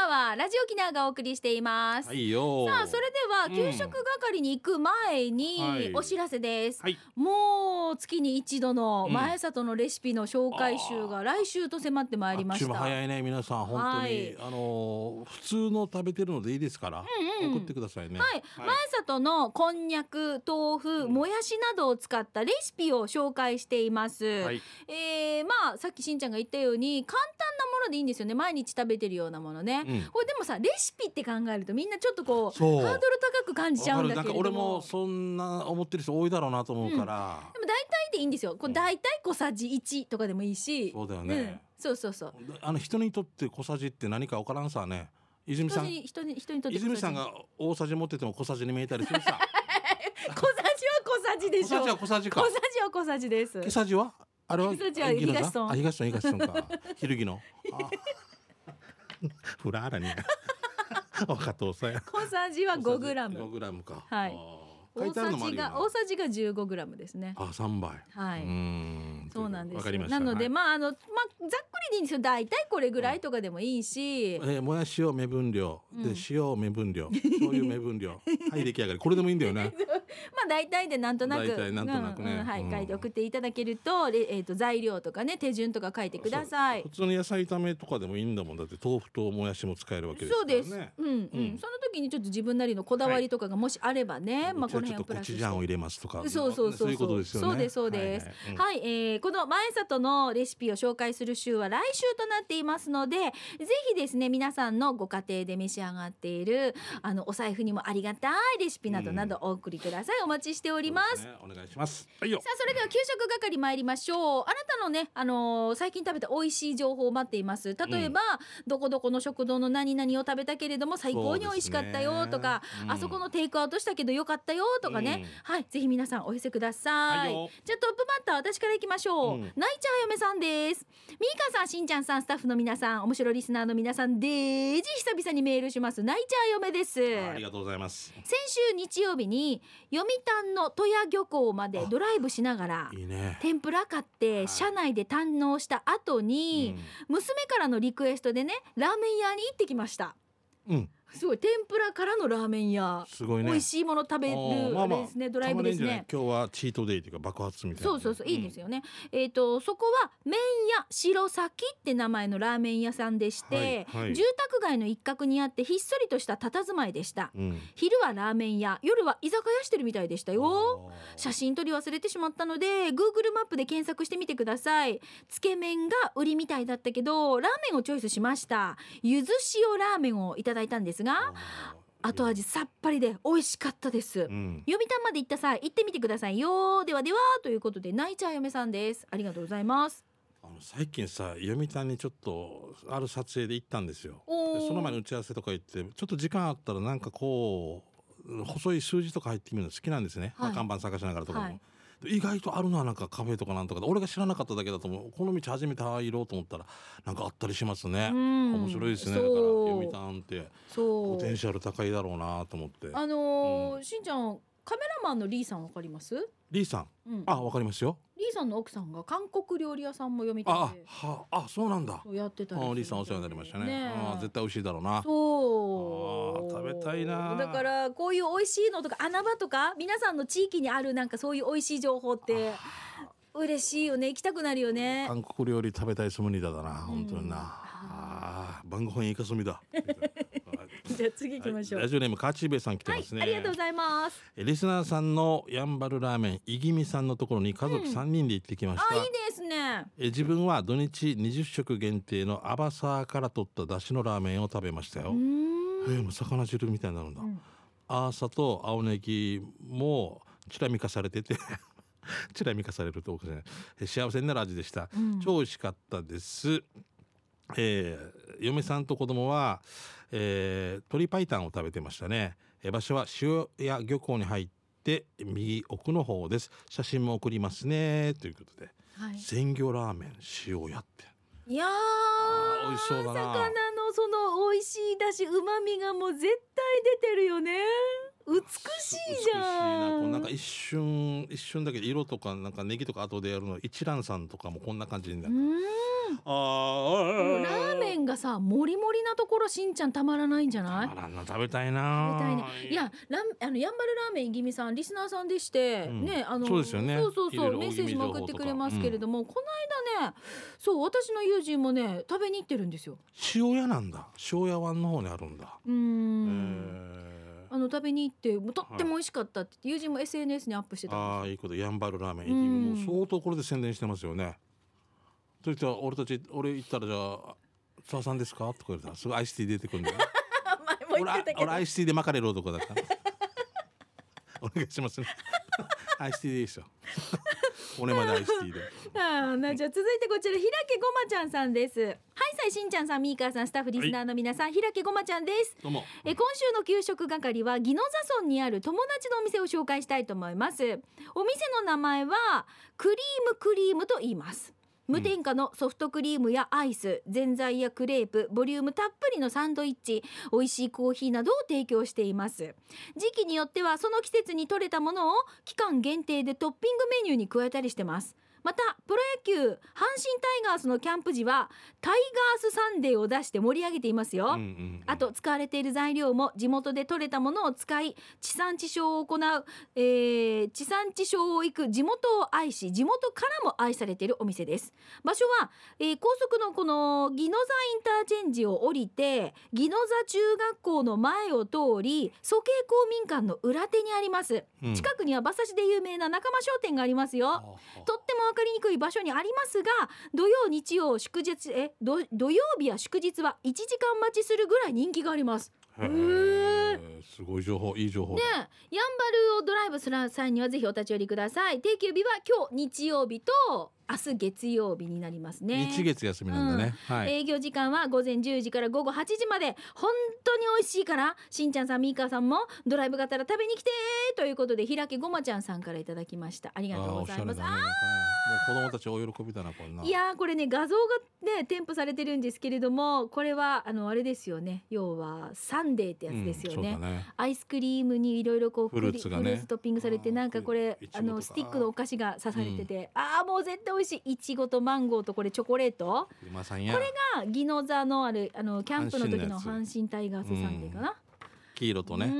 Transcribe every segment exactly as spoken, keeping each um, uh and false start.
はラジオ沖縄がお送りしています。 はいよ。 さあそれでは給食係に行く前にお知らせです、 はい、 もう月に一度の前里のレシピの紹介集が来週と迫ってまいりました。 あっちも早いね皆さん本当に、はい、あの普通の食べてるのでいいですから、うんうん、送ってくださいね。 はい、はい、前里のこんにゃく、豆腐、うん、もやしなどを使ったレシピを紹介しています、はい、えー、まあさっきしんちゃんが言ったように簡単なものでいいんですよね。毎日食べてるようなものね、うん、これでもさレシピって考えるとみんなちょっとこうハードル高く感じちゃうんだけれども、 なんか俺もそんな思ってる人多いだろうなと思うから、 うん、でも大体でいいんですよ。こう大体小さじいちとかでもいいし、 そうだよね、うん、 そうそうそう。 あの人にとって小さじって何か分からんさね。泉さん人に人にとって泉さんが大さじ持ってても小さじに見えたりするさ小さじは小さじでしょ。 小さじは小さじか。 小さじは小さじです。 小さじはあれは小さじは東村。 あ東村東村か昼木のフラーラに分かったおさや。 小さじはごグラム。 ごグラムか。 はい。大さじが大さじがじゅうごグラムですね。 あ、さんばい。 はい。うーんそうなんです。 わかりました。 なので、 はい、 まああのまあざっくりでいいんですよ。だいたいこれぐらいとかでもいいし、 うん、えー、もやしを目分量、うん、で塩目分量、醤油目分量はい出来上がり。これでもいいんだよね。 まあだいたいでなんとなく大体なんとなくね、 うんうん、はい、 うん、 書いて送っていただけると、えー、と材料とかね手順とか書いてください。 普通の野菜炒めとかでもいいんだもん。だって豆腐ともやしも使えるわけですからね。 そうです、うんうんうん、その時にちょっと自分なりのこだわりとかがもしあればね、はい、まあこの辺をプラスしてコチュジャンを入れますとか、 そうそうそうそういうことですよね。 そうですそうです。はい、はいうんはい、えー、この前里のレシピを紹介する週は来週となっていますので、ぜひですね皆さんのご家庭で召し上がっているあのお財布にもありがたいレシピなどなどお送りください。お待ちしております。 ね、お願いします。はいよ。 さあそれでは給食係参りましょう。あなたのね、あのー、最近食べた美味しい情報を待っています。例えば、うん、どこどこの食堂の何々を食べたけれども最高に美味しかったよとか、そ、ねうん、あそこのテイクアウトしたけどよかったよとかね、うん、はい、ぜひ皆さんお寄せください。はい、じゃあトップバッター私からいきましょう、うん、ナイチャー嫁さんです。ミーカさん、しんちゃんさん、スタッフの皆さん、面白リスナーの皆さん、デージ久々にメールします。ナイチャー嫁です。 ありがとうございます。 先週日曜日に読谷の戸谷漁港までドライブしながらいいね、 天ぷら買って車内で堪能した後に、うん、娘からのリクエストでねラーメン屋に行ってきました。うん、すごい天ぷらからのラーメン屋、すごいね、美味しいもの食べるあれですね、まあまあ、ドライブですね。 今日はチートデイというか爆発みたいな、 そうそうそう、いいですよね、うん、えーとそこは麺屋白崎って名前のラーメン屋さんでして、はいはい、住宅街の一角にあってひっそりとした佇まいでした、うん、昼はラーメン屋、夜は居酒屋してるみたいでしたよ。写真撮り忘れてしまったので Google マップで検索してみてください。つけ麺が売りみたいだったけどラーメンをチョイスしました。ゆず塩ラーメンをいただいたんですが後味さっぱりで美味しかったです、うん、読谷まで行った際行ってみてくださいよ。ではではということでナイチャー嫁さんです。ありがとうございます。 あの最近さ読谷にちょっとある撮影で行ったんですよ。でその前の打ち合わせとか行ってちょっと時間あったらなんかこう細い数字とか入ってみるの好きなんですね、はい、まあ、看板探しながらとかも、はい、意外とあるのはなんかカフェとかなんとかで俺が知らなかっただけだと思う。この道初めて入ろうと思ったらなんかあったりしますね。面白いですね。だから読谷ってポテンシャル高いだろうなと思って。 あのーうん、しんちゃんカメラマンのリーさんわかります？ リーさん、うん、あ、わかりますよ。 リーさんの奥さんが韓国料理屋さんも読みたいで、 あはあ、そうなんだ。 そうやってたりする。 リーさんお世話になりましたね。ね、あ絶対美味しいだろうな。 そう食べたいな。 だからこういう美味しいのとか穴場とか皆さんの地域にあるなんかそういう美味しい情報って嬉しいよね。行きたくなるよね。 韓国料理食べたいつもりだだな、本当にな、うん、あ晩ご飯イカスミだじゃあ次行きましょう、 はい、ラジオネームカーチーベイさん来てますね、 はい、ありがとうございます。 リスナーさんのやんばるラーメンいぎみさんのところに家族さんにんで行ってきました、 うん、あいいですね。 え自分は土日にじゅっしょく限定のアバサーから取った出汁のラーメンを食べましたよ。うーん、えー、もう魚汁みたいになるんだ、うん、アーサと青ネギもチラ見化されててチラ見化されるとおかしいね、幸せになる味でした、うん、超美味しかったです。えー、嫁さんと子供は、えー、鶏白湯を食べてましたね。えー、場所は塩屋漁港に入って右奥の方です。写真も送りますねということで、はい、鮮魚ラーメン塩屋って、 いやー美味しそうだな。 魚のその美味しいだし旨味がもう絶対出てるよね。 美しいじゃん。 美しいな。こうなんか一瞬一瞬だけど色とかなんかネギとか後でやるの一蘭さんとかもこんな感じになる。 あーラーメンがさもりもりなところしんちゃんたまらないんじゃない？ たまらんな。食べたいな。 食べたいね。いやラあのやんばるラーメンいぎみさんリスナーさんでして、うん、ねあのそうですよね。 そうそうそうメッセージも送ってくれますけれども、うん、この間ねそう私の友人もね食べに行ってるんですよ。 塩屋なんだ。塩屋湾の方にあるんだ。 うーん、えー、あの食べに行ってとっても美味しかったって友人も エスエヌエス にアップしてたんですよ。 ああいいこと。やんばるラーメン、うん、もう相当これで宣伝してますよね。そしたら俺たち俺行ったらじゃあ澤さんですかとか言ったらすぐアイスティー出てくるんだよ。 前も言ってたけど俺, 俺アイスティーで巻かれる男だからお願いしますねアイスティーでいいですよおねまでアイスティーであなじゃあ続いてこちらひらけごまちゃんさんです。はいさいしんちゃんさんミーカーさんスタッフリスナーの皆さん、はい、ひらけごまちゃんです。 どうも。 え今週の給食係は宜野座村にある友達のお店を紹介したいと思います。お店の名前はクリームクリームと言います。無添加のソフトクリームやアイス、ぜんざいやクレープ、ボリュームたっぷりのサンドイッチ、美味しいコーヒーなどを提供しています。時期によってはその季節に採れたものを期間限定でトッピングメニューに加えたりしてます。またプロ野球阪神タイガースのキャンプ時はタイガースサンデーを出して盛り上げていますよ、うんうんうん、あと使われている材料も地元で採れたものを使い地産地消を行う、えー、地産地消を行く地元を愛し地元からも愛されているお店です。場所は、えー、高速のこの宜野座インターチェンジを降りて宜野座中学校の前を通り蘇慶公民館の裏手にあります、うん、近くには馬刺しで有名な仲間商店がありますよ。とっても分かりにくい場所にありますが土曜日曜祝日え土土曜日や祝日はいちじかん待ちするぐらい人気があります。へーすごい情報いい情報ね。やんばるをドライブする際にはぜひお立ち寄りください。定休日は今日日曜日と明日月曜日になりますね。 日月休みなんだね、 うんはい、 営業時間は午前じゅうじから午後はちじまで本当に美味しいからしんちゃんさんミーカーさんもドライブがてら食べに来てということでひらけごまちゃんさんからいただきました。ありがとうございます。ああ、ね、もう子供たちお喜びだなこんな。 いやこれね画像がね添付されてるんですけれどもこれはあのあれですよね。要はサンデーってやつですよね、うん、ねアイスクリームにいろいろこうフルーツがねフルーツトッピングされてなんかこれあのスティックのお菓子が刺されてて、うん、あーもう絶対美味しい。いちごとマンゴーとこれチョコレートこれが宜野座のあるあのキャンプの時の阪神タイガースサンデーかな、うん、 黄色とね、うん、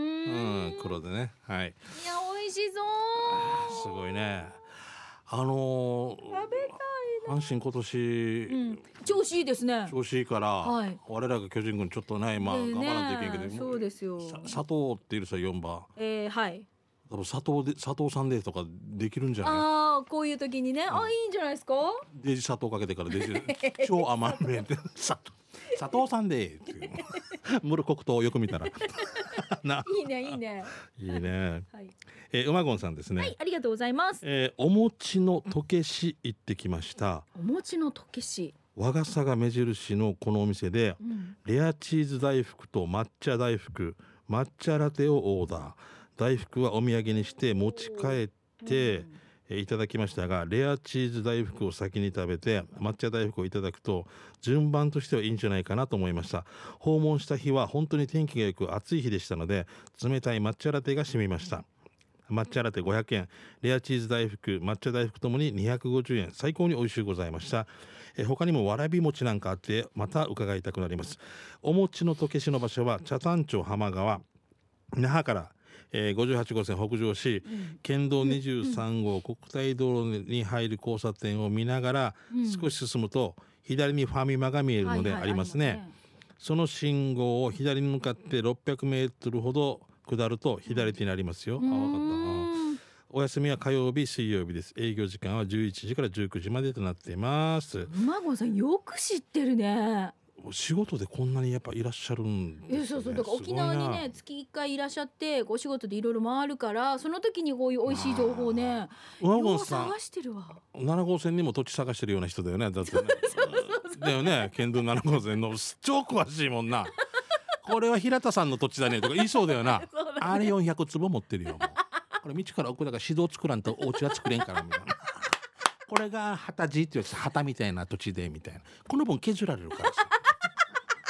黒でね、はい、 いや美味しそうすごいね。あのー、 食べたいな。 阪神今年、うん、 調子いいですね。 調子いいから、はい、我らが巨人軍ちょっとねまあ、ね、頑張らないといけんけどそうですよ。 佐藤っているさよんばん、 えー、はい多分佐藤で佐藤さんでとかできるんじゃない？ ああこういう時にね、うん、あいいんじゃないですか。 デジ砂糖かけてからデジ超甘めで佐藤佐藤さんでっていうムル黒糖をよく見たらないいねいいねいいね、はいえー、馬ゴンさんですね。 はいありがとうございます、 えー、お餅の溶けし行ってきました。 お餅の溶けし和傘が目印のこのお店で、うん、レアチーズ大福と抹茶大福抹茶ラテをオーダー。大福はお土産にして持ち帰っていただきましたがレアチーズ大福を先に食べて抹茶大福をいただくと順番としてはいいんじゃないかなと思いました。訪問した日は本当に天気が良く暑い日でしたので冷たい抹茶ラテが染みました。抹茶ラテごひゃくえんレアチーズ大福抹茶大福ともににひゃくごじゅうえん最高に美味しゅうございました。え他にもわらび餅なんかあってまた伺いたくなります。お餅の溶けしの場所は北谷町浜川那覇からえー、ごじゅうはちごうせん北上し、うん、県道にじゅうさんごう国体道路に入る交差点を見ながら、うん、少し進むと左にファミマが見えるのでありますね、はいはい、その信号を左に向かってろっぴゃくメートルほど下ると左手になりますよ。あ、分かった。お休みは火曜日水曜日です。営業時間はじゅういちじからじゅうくじまでとなっています。 馬子さんよく知ってるね。 仕事でこんなにやっぱいらっしゃるんですね。 そうそうだから沖縄にね月いっかいいらっしゃってお仕事でいろいろ回るからその時にこういう美味しい情報をねよう探してるわ。 ななごうせんにも土地探してるような人だよね。だってねだよね県道ななごうせんの超詳しいもんなこれは平田さんの土地だねとか言いそうだよなあれよんひゃくつぼ持ってるよもうこれ道から奥だから指導作らんとお家は作れんからみたいなこれが旗地ってやつ旗みたいな土地でみたいなこの分削られるからさ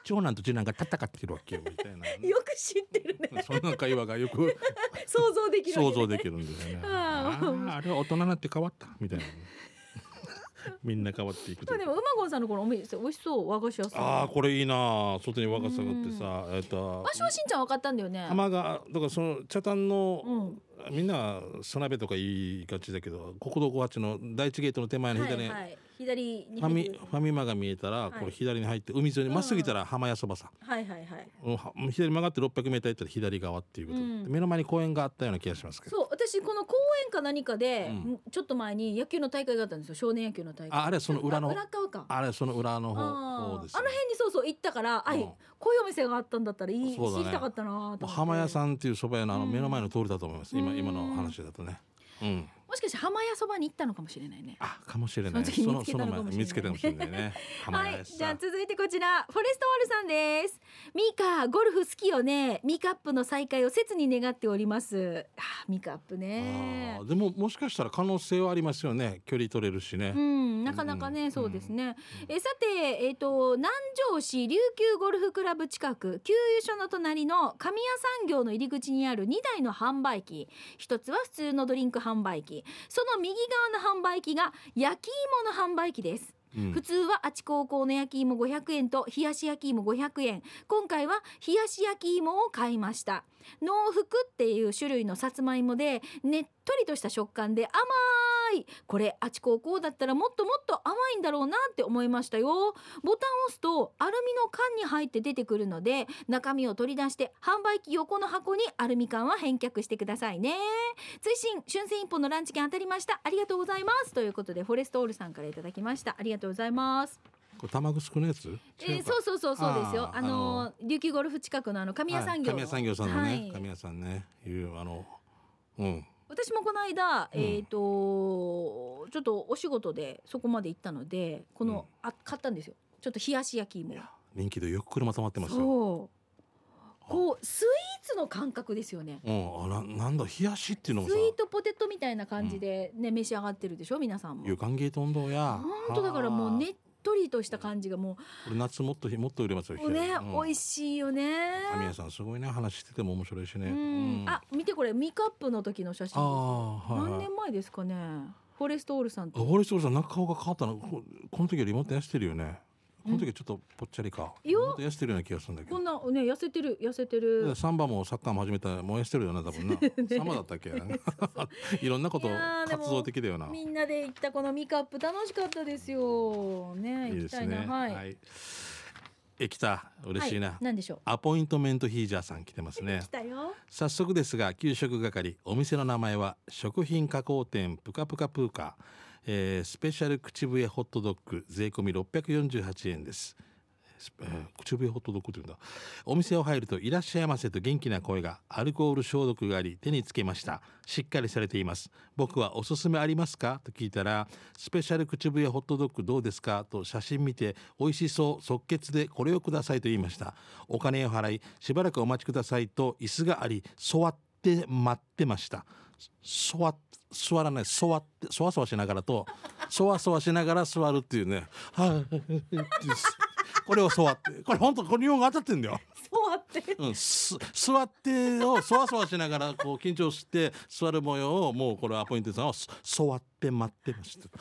長男と次男が戦ってるわけよみたいなよく知ってるねそんな会話がよく想像できる、 想像できるんですよねあああれは大人になって変わったみたいなみんな変わっていくとでも馬ゴンさんのこのお店美味しそう和菓子屋さんああこれいいな外に和菓子があってさえっと場所はしんちゃん分かったんだよね浜がだからその茶炭の、 うんみんな砂鍋とか言いがちだけど国道ごはちの第一ゲートの手前の左に、 はいはい、左にファミファミマが見えたら、 はいこれ左に入って海沿いにまっすぐ行ったら浜屋そばさ、 はいはいはいうん左曲がってろっぴゃくメートル行ったら左側っていうこと、うん、目の前に公園があったような気がしますけどそう私この公園か何かで、うん、ちょっと前に野球の大会があったんですよ少年野球の大会ああれその裏の裏側かあれその裏の方方です、ね、 あの辺にそうそう行ったから、うん、あいこういうお店があったんだったらいい、ね、知りたかったなと思って。 浜屋さんっていう蕎麦屋のあの目の前の通りだと思います、うん、今今の話だとね、うん、 もしかして浜屋そばに行ったのかもしれないね。 あ、かもしれない。 その時見つけたのかもしれない。 見つけたかもしれないね。 はい、じゃあ続いてこちらフォレストワールさんです。ミカゴルフ好きよね。ミカップの再開を切に願っております。あ、ミカップね。 あでももしかしたら可能性はありますよね。距離取れるしね。 うん、なかなかね、うん、そうですね。うん、えさてえっ、ー、と南城市琉球ゴルフクラブ近く給油所の隣の神谷産業の入り口にあるにだいの販売機。一つは普通のドリンク販売機。その右側の販売機が焼き芋の販売機です。うん、普通はあち高校の焼き芋ごひゃくえんと冷やし焼き芋ごひゃくえん。今回は冷やし焼き芋を買いました。農福っていう種類のさつまいもでねっとりとした食感で甘い。これあち高校だったらもっともっと甘いんだろうなって思いましたよ。ボタンを押すとアルミの缶に入って出てくるので中身を取り出して販売機横の箱にアルミ缶は返却してくださいね。追伸春戦一本のランチ券当たりました。ありがとうございますということでフォレストオールさんからいただきました。ありがとうございます。 これ玉城のやつ、 えー、そうそうそうそうですよ。あのー、琉球ゴルフ近くのあの神谷産業、 はい、神谷産業さんのね、はい、神谷さんねいうあのうん私もこの間、うん、えーとちょっとお仕事でそこまで行ったのでこの、うん、あ買ったんですよ。ちょっと冷やし焼き芋。 人気でよく車止まってますよ。 そうこうスイーツの感覚ですよね。 うん、あ な, なんだ冷やしっていうのもさスイートポテトみたいな感じで、ねうん、召し上がってるでしょ皆さんも。 有感ゲート温度や本当だからもうねっとりとした感じがもうこれ夏もっともっと売れますよね、 うん、 美味しいよね。 神谷さんすごいね話してても面白いしね、うんうん、あ見てこれミカップの時の写真です。あ、 はいはい、 何年前ですかね。フォレストオールさんと。 フォレストオールさんなんか顔が変わったの こ, この時よりもっと痩せてるよね。この時はちょっとぽっちゃりか、うん、もっと痩せてるような気がするんだけど。 こんなね痩せてる痩せてる。 サンバもサッカーも始めたらもう痩せてるよな多分な、ね、サンバだったっけいろんなこと活動的だよな。 みんなで行ったこのミカップ楽しかったですよね。行きたいな。いいですね、はい、はい、 え来た嬉しいな、はい、 何でしょう。 アポイントメントヒージャーさん来てますね。 来たよ。 早速ですが給食係お店の名前は食品加工店プカプカプーカ、えー、スペシャル口笛ホットドッグ税込みろっぴゃくよんじゅうはちえんです。えー、口笛ホットドッグというんだ。お店を入るといらっしゃいませと元気な声がアルコール消毒があり手につけました。しっかりされています。僕はおすすめありますかと聞いたらスペシャル口笛ホットドッグどうですかと写真見て美味しそう即決でこれをくださいと言いました。お金を払いしばらくお待ちくださいと椅子があり座って待ってました。座座らない座ってそわそわしながらとそわそわしながら座るっていうねはいこれを座ってこれ本当これ日本語当たってんだよ。 座って、 うん、す座ってをそわそわしながらこう緊張して座る模様をもうこれアポイントさんは座って待ってました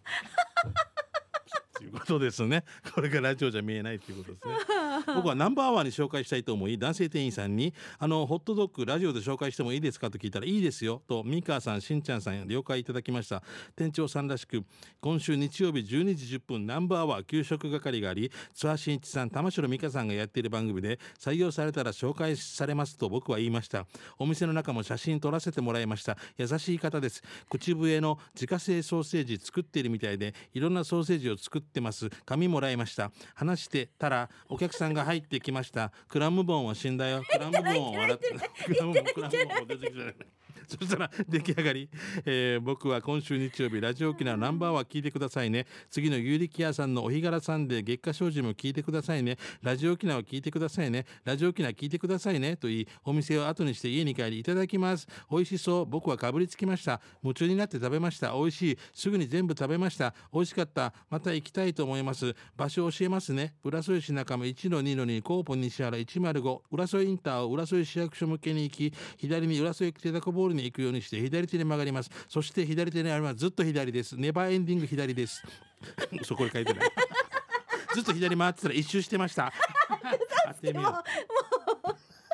ということですね。これがラジオじゃ見えないということですね。僕はナンバーワンに紹介したいと思い男性店員さんにあのホットドッグラジオで紹介してもいいですかと聞いたらいいですよとミカさんしんちゃんさん了解いただきました。店長さんらしく今週日曜日じゅうにじじゅっぷんナンバーワン給食係があり津波真一さん玉城美香さんがやっている番組で採用されたら紹介されますと僕は言いました。お店の中も写真撮らせてもらいました。優しい方です。口笛の自家製ソーセージ作っているみたいでいろんなソーセージを作ってます紙もらいました。話してたらお客さんが入ってきました。クラムボンは死んだよ。クラムボンを笑ってクラムボンクラムボン出てきたそしたら出来上がり、えー、僕は今週日曜日ラジオ沖縄ナンバーは聞いてくださいね、次の有力屋さんのお日柄さんで月下精進も聞いてくださいね、ラジオ沖縄聞いてくださいね、ラジオ沖縄聞いてくださいねと言い、お店を後にして家に帰りいただきます。美味しそう。僕はかぶりつきました。夢中になって食べました。美味しい。すぐに全部食べました。美味しかった。また行きたいと思います。場所を教えますね。浦添市中目 いちのにのに コーポ西原いちまるご、浦添インターを浦添市役所向けに行き、左に浦添手だこボールに行くようにして左手に曲がります。そして左手にあるのはずっと左です。ネバーエンディング左ですそこに書いてないずっと左回ってたら一周してました当てみよう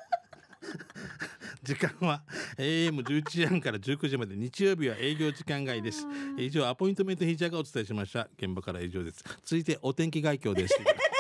時間は エーエムじゅういちじはんからじゅうくじまで、日曜日は営業時間外です。以上アポイントメントヒーチャーがお伝えしました。現場から以上です。続いてお天気概況です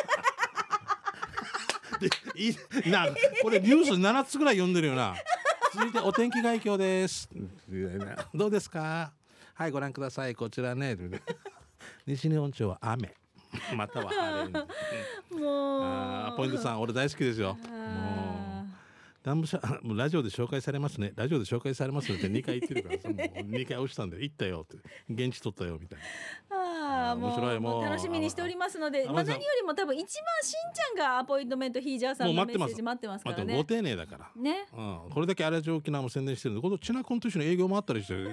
でいいな、これニュースななつぐらい読んでるよな。続いてお天気概況です。どうですか。はい、ご覧ください。こちらね西日本地方は雨または晴れもうあポイントさん俺大好きですよ。もうダンブシャもうラジオで紹介されますね、ラジオで紹介されますねってにかい言ってるからもうにかい押したんで行ったよって現地取ったよみたいな。 ああ面白い。もう楽しみにしておりますので、まあ、何よりも多分一番しんちゃんがアポイントメントヒージャーさんのメッセージ待ってますからね。 ご丁寧だからね、 うん、これだけラジオ沖縄も宣伝してるんで、このチナコンと一緒に営業もあったりして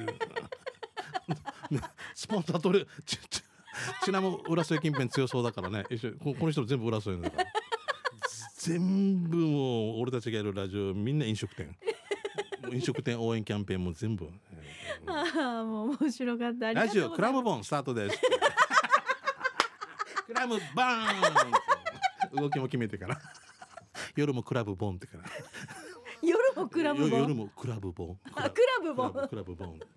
スポンサー取れちちチナも浦添近辺強そうだからね、一緒この人も全部浦添だから全部もう俺たちがやるラジオみんな飲食店飲食店応援キャンペーンも全部ああもう面白かった。 ラジオクラムボンスタートですクラムバーン動きも決めてから夜もクラブボンってから夜もクラブボン夜もクラブボンあクラブボンクラブボン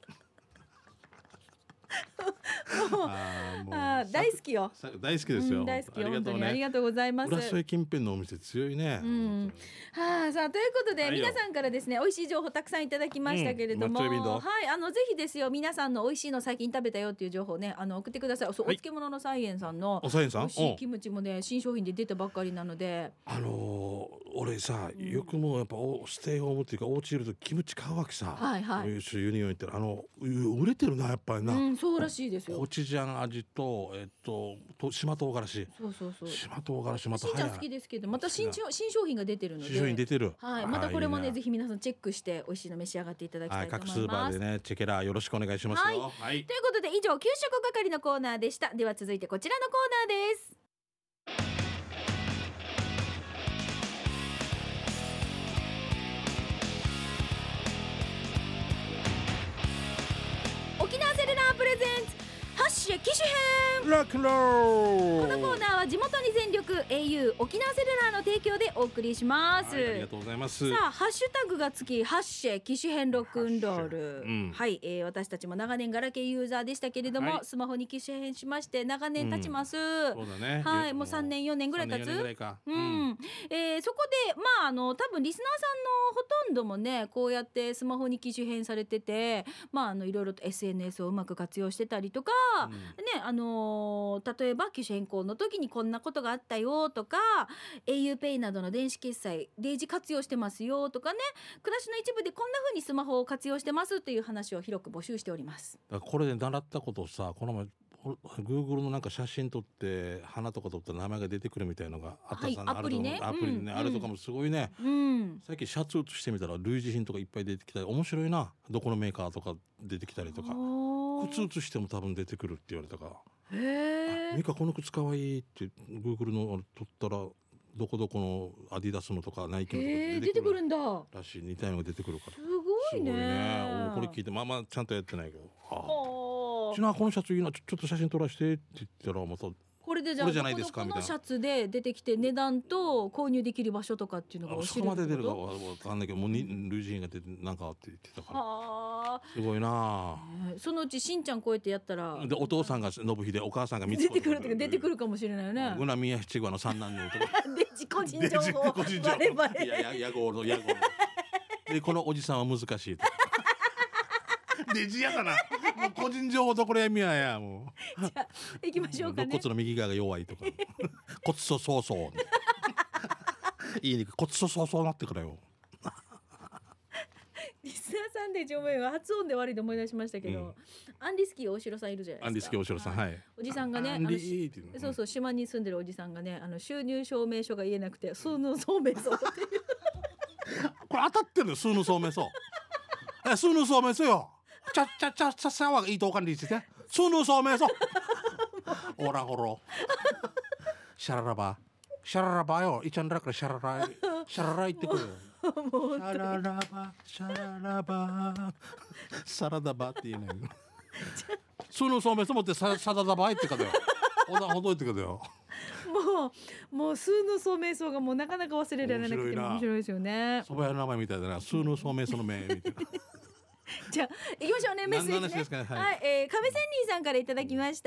ああ大好きよ。 大好きですよ、 うん、大好きよ。 ありがとうね、 本当にありがとうございます。 浦添近辺のお店強いね、 うん、はあ、さあということで、 はい、 皆さんからですね美味しい情報たくさんいただきましたけれども、うん、はいあのぜひですよ皆さんの美味しいの最近食べたよっていう情報ねあの送ってください。そう、はい、お漬物のサイエンさんのおサイエンさん美味しいキムチもね新商品で出たばっかりなので、 あのー、俺さよくもうやっぱステイホームっていうかお家いるとキムチ買うわけさ、 はいはい、 ユニオン行ったらあの売れてるなやっぱりな、 うん、そうらしいですよ。 コチュジャン味とえっとと島唐辛子、 そうそうそう、 島唐辛子またしんちゃん好きですけどまた新商新商品が出てるので、 新商品出てる、 はい、またこれもねいいぜひ皆さんチェックして美味しいの召し上がっていただきたいと思います。 はい、各スーパーでねチェケラよろしくお願いしますよ、 はいはい、ということで以上給食係のコーナーでした。では続いてこちらのコーナーです。沖縄セルラープレゼンツハッシュ機種編ロックンロール。 このコーナーは地元に全力 エーユー 沖縄セルラーの提供でお送りします、 はい、ありがとうございます。 さあハッシュタグがつきハッシュ機種編ロックンロール、うん、はい、えー、私たちも長年ガラケーユーザーでしたけれども、はい、スマホに機種変しまして長年経ちます、うん、 そうだね、 はい、もうさんねんよねんぐらい経つ、 さんねんよねんぐらいか、 うん、えー、そこでまああの多分リスナーさんのほとんどもねこうやってスマホに機種変されてて、まああのいろいろと エスエヌエス をうまく活用してたりとか、うん、ね、あのー、例えば機種変更の時にこんなことがあったよとか エーユーペイ などの電子決済デイジ活用してますよとかね、暮らしの一部でこんな風にスマホを活用してますっていう話を広く募集しております。 これで習ったことをさ、この前Google のなんか写真撮って花とか撮ったら名前が出てくるみたいなのがあったさ、はい、 アプリね、 アプリね、うん、あれとかもすごいね、うん、最近シャツ写してみたら類似品とかいっぱい出てきたり面白いな、どこのメーカーとか出てきたりとか、靴写しても多分出てくるって言われたから、へー、ミカこの靴かわいいって Google の撮ったらどこどこのアディダスのとかナイキのとか出てくるんだらしい、似たようなのが出てくるからすごいね、 すごいね、これ聞いてまあまあちゃんとやってないけど、はあ、ちなこのシャツいいな、ちょ、ちょっと写真撮らせてって言ったらまたこれでじゃあどこどこのシャツで出てきて値段と購入できる場所とかっていうのが教えるってこと？ そこまで出るか分かんないけどもう類似品が出てなんかって言ってたから、はすごいな、 えー、そのうちしんちゃんこうやってやったらでお父さんが信秀、お母さんが見つ出てくるとか出てくるかもしれないよね。 グナミヤ七五の三男のとかで自己個人情報バレバレ、 いややごのやごのでこのおじさんは難しいとデジやだな、もう個人情報とこれやみややもう。 じゃあ行きましょうかね。 肋骨の右側が弱いとか骨粗しょう症いい肉骨粗しょう症なってからよ。 リスナーさんんでちょめが発音で悪いと思い出しましたけど、うん、アンリスキー大城さんいるじゃないですか。 アンリスキー大城さん、はい、 おじさんがね、あのそうそう島に住んでるおじさんがね、あの収入証明書が言えなくて数の証明書っていうこれ当たってるよ、数の証明書え数の証明書よ、ちゃちゃちゃちゃさはいいとおかんりして数の証明書オラホロシャララバシャララバよ、いちゃんだからシャララシャララ言ってくるよシャララバシャララバサラダバって言えない数の証明書持ってササラダバ言ってかだよほどほどいってかだよもうもう数の証明書がもうなかなか忘れられなくて面白いですよね。 蕎麦屋の名前みたいだな、数の証明書の名みたいなじゃあ行きましょうね、メッセージね。はい、はい、えー、亀仙人さんからいただきました。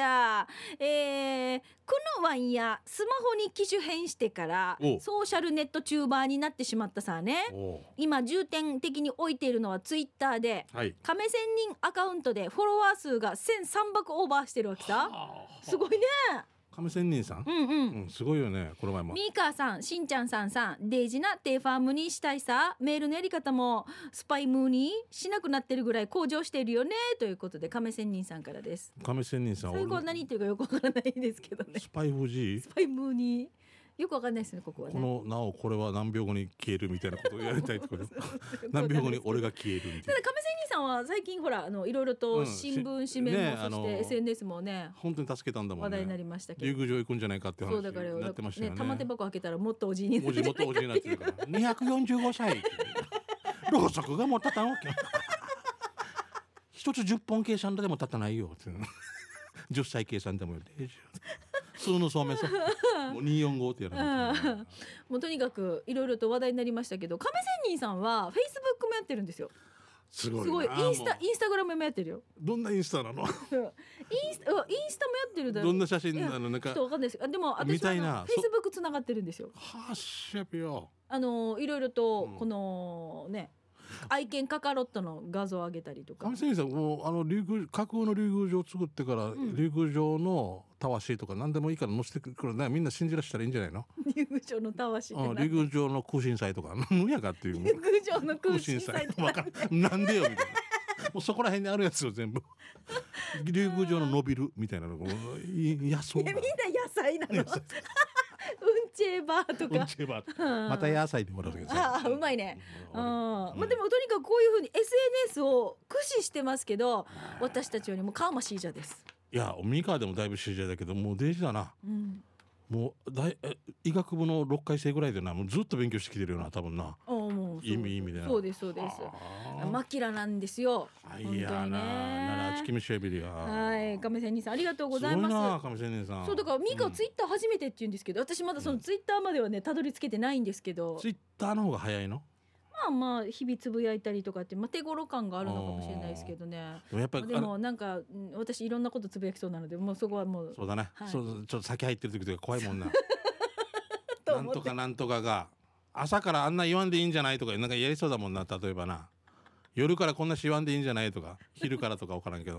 えー、このワンやスマホに機種変してからソーシャルネットチューバーになってしまったさね。今重点的に置いているのはツイッターで、はい、亀仙人アカウントでフォロワー数がせんさんびゃくオーバーしてるわけさ。すごいね。 亀仙人さん、うんうんうん、すごいよね。この前もミーカーさん、しんちゃんさんさん、デイジなテーファームにしたいさ、メールのやり方もスパイムーにしなくなってるぐらい向上しているよねということで、亀仙人さんからです。 亀仙人さん、 最後何言ってるかよくわからないですけどね。 スパイフジスパイムーによくわかんないですね、ここはね。 このなおこれは何秒後に消えるみたいなことをやりたいってこと何秒後に俺が消えるみたいな。 ただ亀仙人さんは最近ほらあのいろいろと新聞紙面も、うん、そして、ね、エスエヌエス もね本当に助けたんだもんね。 話題になりましたけど、 竜宮城行くんじゃないかって話になってましたよね。 玉手箱開けたらもっとおじいになるんじゃないかっていう。 もっとおじいになってるからにひゃくよんじゅうごさいろうそくがもう立たんわけ一つじゅっぽん計算でも立たないよってじゅっさい計算でも数の証明書もうにひゃくよんじゅうごってやるもうとにかくいろいろと話題になりましたけど、亀仙人さんはフェイスブックもやってるんですよ。 すごい、 すごいインスタインスタグラムもやってるよ。 どんなインスタなのインスタインスタもやってるだろ。 どんな写真なの。なんかちょっとわかんないです。でも私はフェイスブックつながってるんですよ。 はっしゃびよ。 あのいろいろとこのね、うん、愛犬カカロットの画像を上げたりとか。 亀仙人さんもうあの竜宮架空の竜宮城を作ってから、うん、竜宮城のたわしとか何でもいいから載せてくるね。みんな信じらしたらいいんじゃないの。 竜宮城のたわしって何。竜宮城の空心菜とか何やかっていう。 竜宮城の空心菜ってなんでよみたいな。もうそこら辺にあるやつを全部竜宮城の伸びるみたいなのがいやそうな。 みんな野菜なの。うんちえばとか。 うんちえば。また野菜でもらうけど。 ああうまいね。うん。まあでもとにかくこういう風に エスエヌエス を駆使してますけど、私たちよりもカーマシージャです。 いやミカでもだいぶシージャだけどもうデイジだな。うん。もう大え医学部のろっかい生ぐらいでな、もうずっと勉強してきてるよな多分な。 あもう意味意味でな。 そうですそうです。マキラなんですよ。 いやな、奈良チキムシエビリが。 はい、亀仙人さんありがとうございます。 すごいな亀仙人さん。 そうだからミカツイッター初めてって言うんですけど、私まだそのツイッターまではねたどり着けてないんですけど。 ツイッターの方が早いの？ まあまあ日々つぶやいたりとかって、まあ、手頃感があるのかもしれないですけどね。でもやっぱりでもなんか私いろんなことつぶやきそうなので、もうそこはもうそうだね、はい、そうちょっと先入ってる時とか怖いもんななんとかなんとかが朝からあんな言わんでいいんじゃないとかなんかやりそうだもんな。例えばな夜からこんなし言わんでいいんじゃないとか昼からとか分からんけど、うん、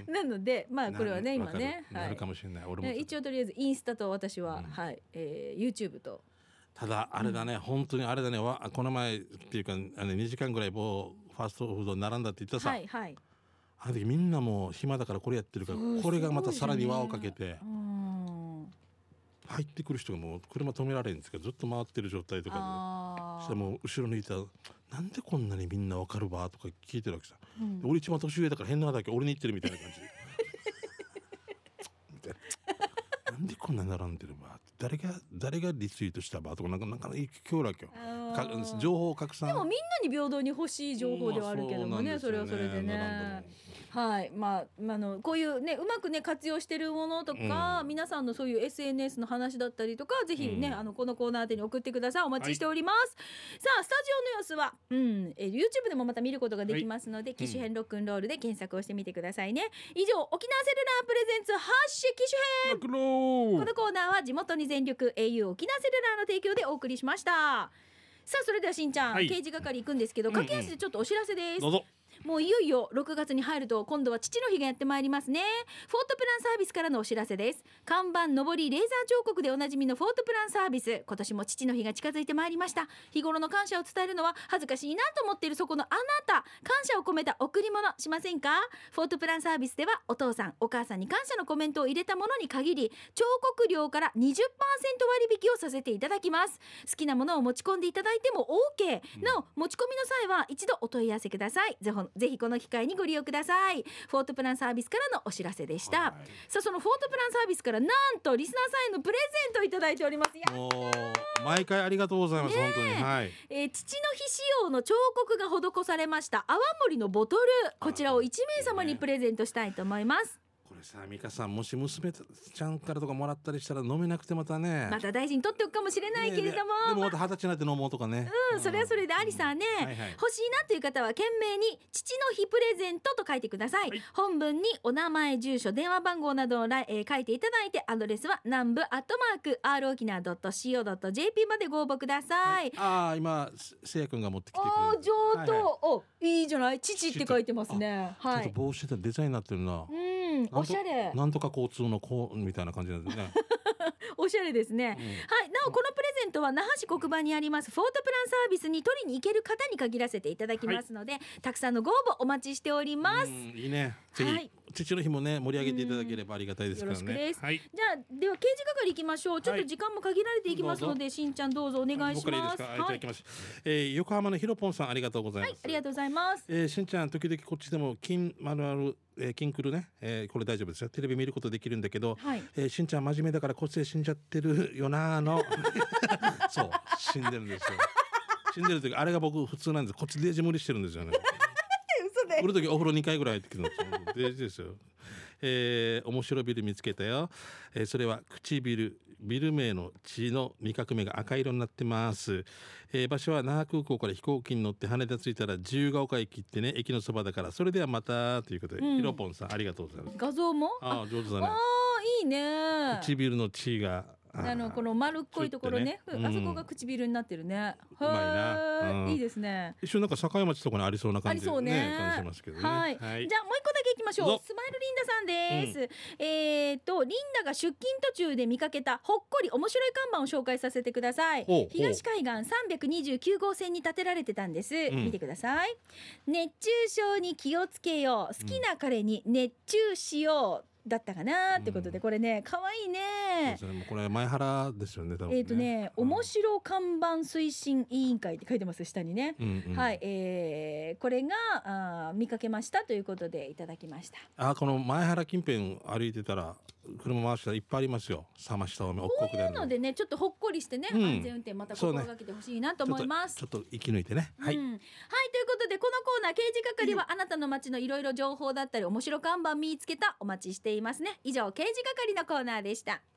なのでまあこれはね今ねなるかもしれない、はい、俺も一応とりあえずインスタと私は、うん、はい、えー、YouTube とただあれだね、うん、本当にあれだねわこの前っていうかあのにじかんぐらいもうファーストフードに並んだって言ったさ、はいはい、あの時みんなもう暇だからこれやってるからこれがまたさらに輪をかけて、うん入ってくる人がもう車止められるんですけどずっと回ってる状態とかで、そしたらもう後ろにいたなんでこんなにみんなわかるばとか聞いてるわけさ、うん、俺一番年上だから変なだけ俺に言ってるみたいな感じでみたいななんでこんな並んでるば誰が誰がリツイートしたばとかなんかなんか今日ら今日情報拡散でもみんなに平等に欲しい情報ではあるけどもね、まあ、それはそれでねはい、まあ、あのこういうねうまくね活用してるものとか、うん、皆さんのそういう エスエヌエス の話だったりとかぜひね、うん、あのこのコーナー宛てに送ってください。お待ちしております、はい、さあスタジオの様子は、うん、え YouTube でもまた見ることができますので、はい、機種編ロックンロールで検索をしてみてくださいね。以上沖縄セルラープレゼンツハッシュ機種編。このコーナーは地元に全力 エーユー 沖縄セルラーの提供でお送りしました。さあそれではしんちゃん、はい、刑事係行くんですけど、駆け足でちょっとお知らせです、うん、どうぞ。 もういよいよろくがつに入ると今度は父の日がやってまいりますね。フォートプランサービスからのお知らせです。看板上りレーザー彫刻でおなじみのフォートプランサービス、今年も父の日が近づいてまいりました。日頃の感謝を伝えるのは恥ずかしいなと思っているそこのあなた、感謝を込めた贈り物しませんか？フォートプランサービスではお父さんお母さんに感謝のコメントを入れたものに限り彫刻料から にじゅっパーセント 割引をさせていただきます。好きなものを持ち込んでいただいても OK、うん、なお持ち込みの際は一度お問い合わせください。ぜひ、ぜひこの機会にご利用ください。フォートプランサービスからのお知らせでした。はい、さあそのフォートプランサービスからなんとリスナーさんへのプレゼントをいただいております。やったー、 毎回ありがとうございます、ね、本当に、はい。 えー、父の日仕様の彫刻が施されました泡盛のボトル、こちらをいちめい様にプレゼントしたいと思います。 これさ、美香さんもし娘ちゃんからとかもらったりしたら飲めなくてまたね、 また大事に取っておくかもしれないけれども、 ね、で, でもまた二十歳になって飲もうとかね、 うん、それはそれでありさね、うんはいはい、欲しいなという方は懸命に父の日プレゼントと書いてください、はい、本文にお名前住所電話番号などを、えー、書いていただいて、アドレスは南部アットマーク アール 沖縄 ドット シーオー ドット ジェーピー までご応募ください、はい、 ああ今せいやくんが持ってきてくれる、 あ上等、はいはい、おいいじゃない、父って書いてますね、はい、 ちょっと帽子でデザインになってるな、 うんおしゃれ、 なんとか交通のこうみたいな感じなんですねおしゃれですね、うん、はい。なおこのプレゼントは那覇市国番にありますフォートプランサービスに取りに行ける方に限らせていただきますので、はい、たくさんのご応募お待ちしております。 いいね、ぜひ、はい、父の日もね盛り上げていただければありがたいですからね。よろしくです、はい、じゃあでは刑事係行きましょう。ちょっと時間も限られていきますので、はい、しんちゃんどうぞお願いします。僕からいいですか、はい、じゃあ行きます、えー、横浜のひろぽんさんありがとうございます、はい、 ありがとうございます、 えー、しんちゃん時々こっちでも金丸あるえー、キンクルね、えー、これ大丈夫ですよ、テレビ見ることできるんだけど、はい、えー、しんちゃん真面目だから個性死んじゃってるよなのそう死んでるんですよ死んでる時あれが僕普通なんです。こっちデージ無理してるんですよね嘘で来る時お風呂にかいぐらい入ってくるんですよデージですよ、えー、面白ビル見つけたよ、えー、それは唇ビル名の血の味覚目が赤色になってます、えー、場所は那覇空港から飛行機に乗って羽田着いたら自由が丘駅ってね、駅のそばだから、それではまたということで、うん、ひろぽんさんありがとうございます。 画像もああ上手だね、 あいいね、 唇の血があのこの丸っこいところ ね, ね、うん、あそこが唇になってるね、 うまいな、 うん、いいですね。 一瞬なんか境町とかにありそうな感じで、ね、ね感じしますけどね、 はい、はい、じゃあもう一個だけいきましょう。スマイルリンダさんです、うん、えーとリンダが出勤途中で見かけたほっこり面白い看板を紹介させてください。東海岸さんびゃくにじゅうきゅうごう線に建てられてたんです、うん、見てください。熱中症に気をつけよう、好きな彼に熱中しようだったかなってことで、これね可愛いね。 そうですね、これ前原ですよね多分ね。 えっ、ー、とね、うん、面白看板推進委員会って書いてます下にね、うんうん、はい、えー、これがあ見かけましたということでいただきました。 あ、この前原近辺歩いてたら車回したらいっぱいありますよ。冷ました方面こういうのでねちょっとほっこりしてね、うん、安全運転また心がけてほしいなと思います、 ね、ちょっと生き抜いてね、はい、うん、はい、ということでこのコーナー刑事係はあなたの街のいろいろ情報だったり面白看板見つけたお待ちしていますね。以上刑事係のコーナーでした。